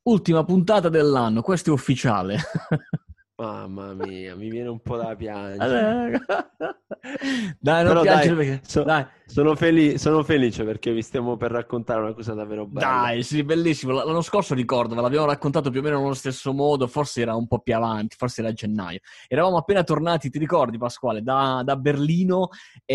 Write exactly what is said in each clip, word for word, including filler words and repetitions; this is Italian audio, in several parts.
Ultima puntata dell'anno, questo è ufficiale. Mamma mia, mi viene un po' da piangere. Dai, non Però dai, piangere perché... so- Dai, sono, feli- sono felice perché vi stiamo per raccontare una cosa davvero bella. dai, sì, bellissimo. L- L'anno scorso ricordo, ve l'abbiamo raccontato più o meno nello stesso modo, forse era un po' più avanti, forse era a gennaio. Eravamo appena tornati, ti ricordi Pasquale, da, da Berlino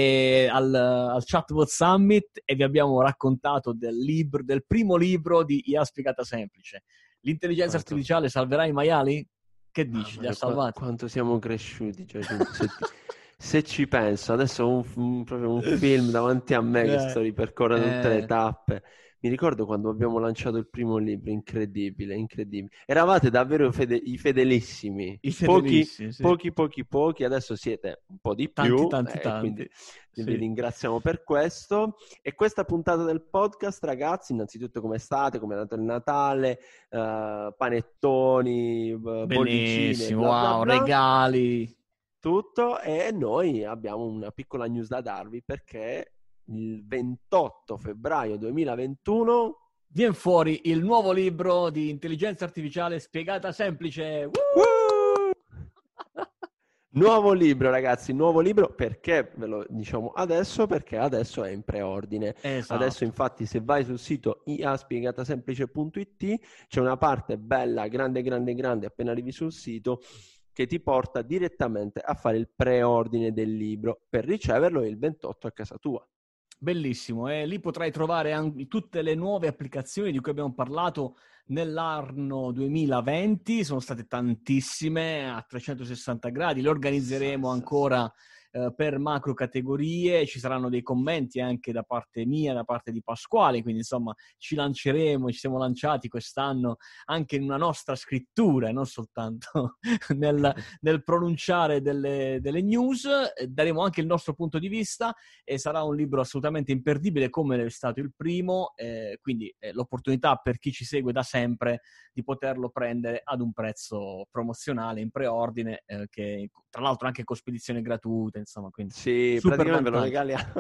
e al, al Chatbot Summit e vi abbiamo raccontato del libro, del primo libro di I A Spiegata Semplice. L'intelligenza Quanto, artificiale salverà i maiali? Che dici? mamma Li ha mia, qua- salvati? quanto siamo cresciuti, Giacinto. Se, ti- se ci penso, adesso ho un, un- proprio un film davanti a me che Eh, sto ripercorrendo tutte le eh, tappe. Mi ricordo quando abbiamo lanciato il primo libro, incredibile, incredibile. Eravate davvero fede- i fedelissimi, I pochi, fedelissimi, sì. pochi, pochi, pochi, adesso siete un po' di Tanti, più, tanti, eh, quindi tanti. vi Sì. ringraziamo per questo. E questa puntata del podcast, ragazzi, innanzitutto come state, come è andato il Natale, eh, panettoni, b- bollicine, Bellissimo, bla bla wow, bla, regali. tutto. E noi abbiamo una piccola news da darvi perché il ventotto febbraio duemilaventuno Viene fuori il nuovo libro di intelligenza artificiale spiegata semplice. Woo! Woo! Nuovo libro, ragazzi, nuovo libro. Perché ve lo diciamo adesso? Perché adesso è in preordine. Adesso, Esatto. infatti, se vai sul sito i a spiegata semplice punto it c'è una parte bella, grande, grande, grande, appena arrivi sul sito, che ti porta direttamente a fare il preordine del libro per riceverlo il ventotto a casa tua. Bellissimo, e lì potrai trovare anche tutte le nuove applicazioni di cui abbiamo parlato nell'anno duemilaventi, sono state tantissime a trecentosessanta gradi, le Sa, organizzeremo sa, sa. ancora eh, per macro categorie, ci saranno dei commenti anche da parte mia, da parte di Pasquale, quindi insomma ci lanceremo, ci siamo lanciati quest'anno anche in una nostra scrittura, non soltanto nel, nel pronunciare delle, delle news, eh, daremo anche il nostro punto di vista e sarà un libro assolutamente imperdibile come è stato il primo, eh, quindi eh, l'opportunità per chi ci segue da sempre di poterlo prendere ad un prezzo promozionale in preordine, eh, che tra l'altro anche con spedizione gratuita, insomma, quindi Sì, super praticamente ve lo vantaggio. regaliamo.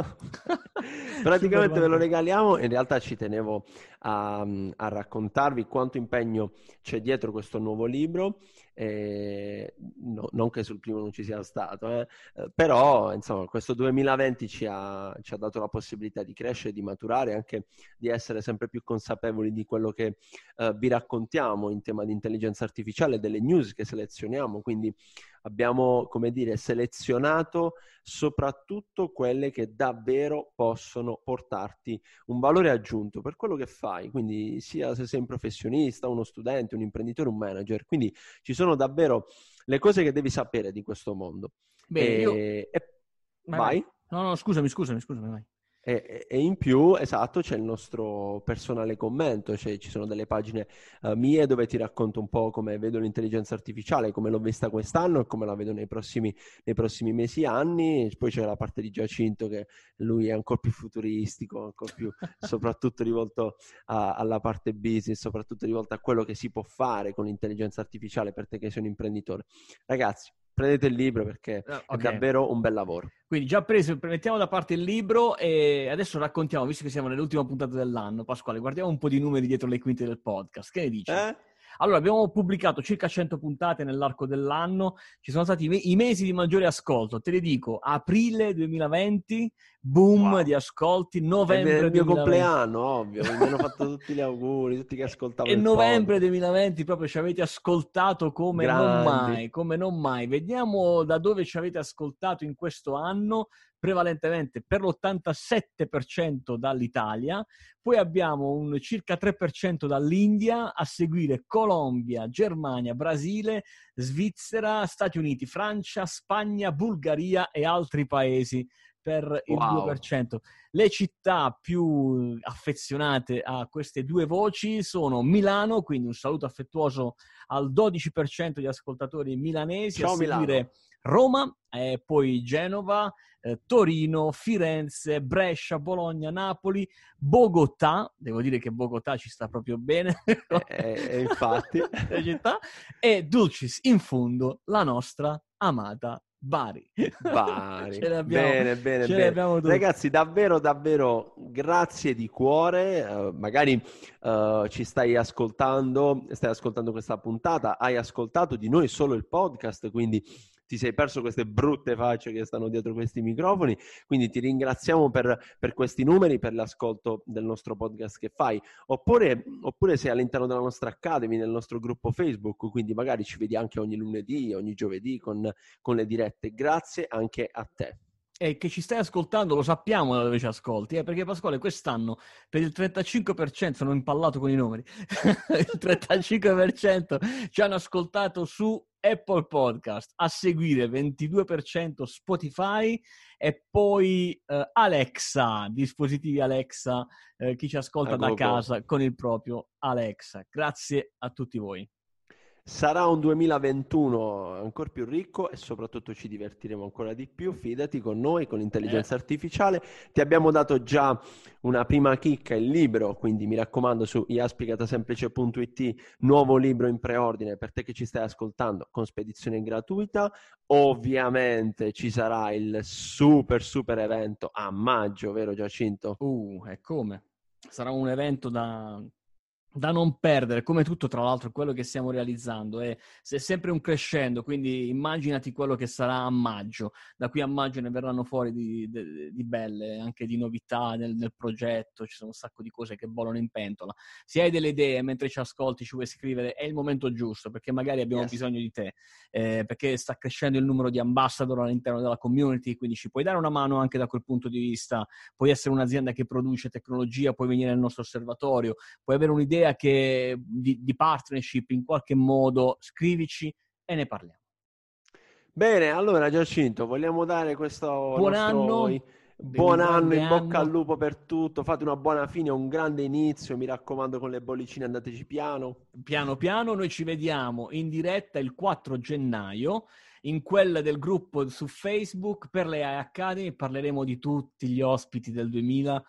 Super Praticamente ve lo vantaggio. regaliamo. In realtà ci tenevo a, a raccontarvi quanto impegno c'è dietro questo nuovo libro. Eh, no- non che sul primo non ci sia stato, eh, eh, però insomma questo duemilaventi ci ha, ci ha dato la possibilità di crescere, di maturare, anche di essere sempre più consapevoli di quello che eh, vi raccontiamo in tema di intelligenza artificiale, delle news che selezioniamo. Quindi abbiamo, come dire, selezionato soprattutto quelle che davvero possono portarti un valore aggiunto per quello che fai, quindi sia se sei un professionista, uno studente, un imprenditore, un manager. Quindi ci sono davvero le cose che devi sapere di questo mondo. Bene, io... E, e Vai, vai. vai. No, no, scusami, scusami, scusami, vai. E, e in più, esatto, c'è il nostro personale commento, cioè ci sono delle pagine uh, mie dove ti racconto un po' come vedo l'intelligenza artificiale, come l'ho vista quest'anno e come la vedo nei prossimi, nei prossimi mesi e anni. Poi c'è la parte di Giacinto, che lui è ancora più futuristico, ancora più soprattutto rivolto a, alla parte business, soprattutto rivolto a quello che si può fare con l'intelligenza artificiale per te che sei un imprenditore. Ragazzi, prendete il libro perché Uh, è ok. davvero un bel lavoro. Quindi già preso, mettiamo da parte il libro e adesso raccontiamo, visto che siamo nell'ultima puntata dell'anno, Pasquale, guardiamo un po' di numeri dietro le quinte del podcast. Che ne dici? Eh? Allora, abbiamo pubblicato circa cento puntate nell'arco dell'anno, ci sono stati i, me- i mesi di maggiore ascolto. Te le dico, aprile duemilaventi, boom di Wow. ascolti, È il novembre mio duemilaventi. compleanno, ovvio, mi hanno fatto tutti gli auguri, tutti che ascoltavano E il novembre podcast. duemilaventi proprio ci avete ascoltato come non Grandi. mai, come non mai. Vediamo da dove ci avete ascoltato in questo anno, prevalentemente per l'ottantasette per cento dall'Italia, poi abbiamo un circa tre per cento dall'India, a seguire Colombia, Germania, Brasile, Svizzera, Stati Uniti, Francia, Spagna, Bulgaria e altri paesi per il due per Wow. cento. Le città più affezionate a queste due voci sono Milano, quindi un saluto affettuoso al dodici per cento di ascoltatori milanesi, a Ciao seguire Milano. Roma, eh, poi Genova, eh, Torino, Firenze, Brescia, Bologna, Napoli, Bogotà, devo dire che Bogotà ci sta proprio bene, E, e- e infatti. città, e Dulcis in fondo, la nostra amata Bari. Bari. Ce abbiamo, bene, bene, ce bene. Ragazzi, davvero, davvero grazie di cuore. Uh, magari uh, ci stai ascoltando, stai ascoltando questa puntata, hai ascoltato di noi solo il podcast, quindi ti sei perso queste brutte facce che stanno dietro questi microfoni, quindi ti ringraziamo per, per questi numeri, per l'ascolto del nostro podcast che fai, oppure, oppure sei all'interno della nostra Academy, nel nostro gruppo Facebook, quindi magari ci vedi anche ogni lunedì, ogni giovedì con, con le dirette. Grazie anche a te. E che ci stai ascoltando, lo sappiamo da dove ci ascolti, eh? Perché Pasquale quest'anno per il trentacinque per cento, sono impallato con i numeri, il trentacinque per cento ci hanno ascoltato su Apple Podcast, a seguire ventidue per cento Spotify e poi eh, Alexa, dispositivi Alexa, eh, chi ci ascolta da casa con il proprio Alexa. Grazie a tutti voi. Sarà un duemilaventuno ancora più ricco e soprattutto ci divertiremo ancora di più, fidati, con noi, con l'intelligenza eh. artificiale. Ti abbiamo dato già una prima chicca, il libro, quindi mi raccomando su jaspicatasemplice punto it, nuovo libro in preordine per te che ci stai ascoltando, con spedizione gratuita. Ovviamente ci sarà il super super evento a maggio, vero Giacinto? Uh, e come? Sarà un evento da... da non perdere, come tutto tra l'altro quello che stiamo realizzando è, è sempre un crescendo, quindi immaginati quello che sarà a maggio. Da qui a maggio ne verranno fuori di, di, di belle, anche di novità nel, nel progetto, ci sono un sacco di cose che volano in pentola. Se hai delle idee mentre ci ascolti, ci vuoi scrivere, è il momento giusto, perché magari abbiamo yes. bisogno di te, eh, perché sta crescendo il numero di ambassador all'interno della community, quindi ci puoi dare una mano anche da quel punto di vista. Puoi essere un'azienda che produce tecnologia, puoi venire nel nostro osservatorio, puoi avere un'idea che di, di partnership in qualche modo, scrivici e ne parliamo. Bene, allora Giacinto, vogliamo dare questo buon nostro anno, buon anno, in bocca anno. al lupo per tutto, fate una buona fine, un grande inizio, mi raccomando con le bollicine andateci piano. Piano piano, noi ci vediamo in diretta il quattro gennaio, in quella del gruppo su Facebook per le A I Academy, parleremo di tutti gli ospiti del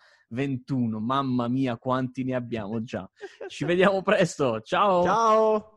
duemilaventuno, mamma mia quanti ne abbiamo già. Ci vediamo presto, ciao! Ciao!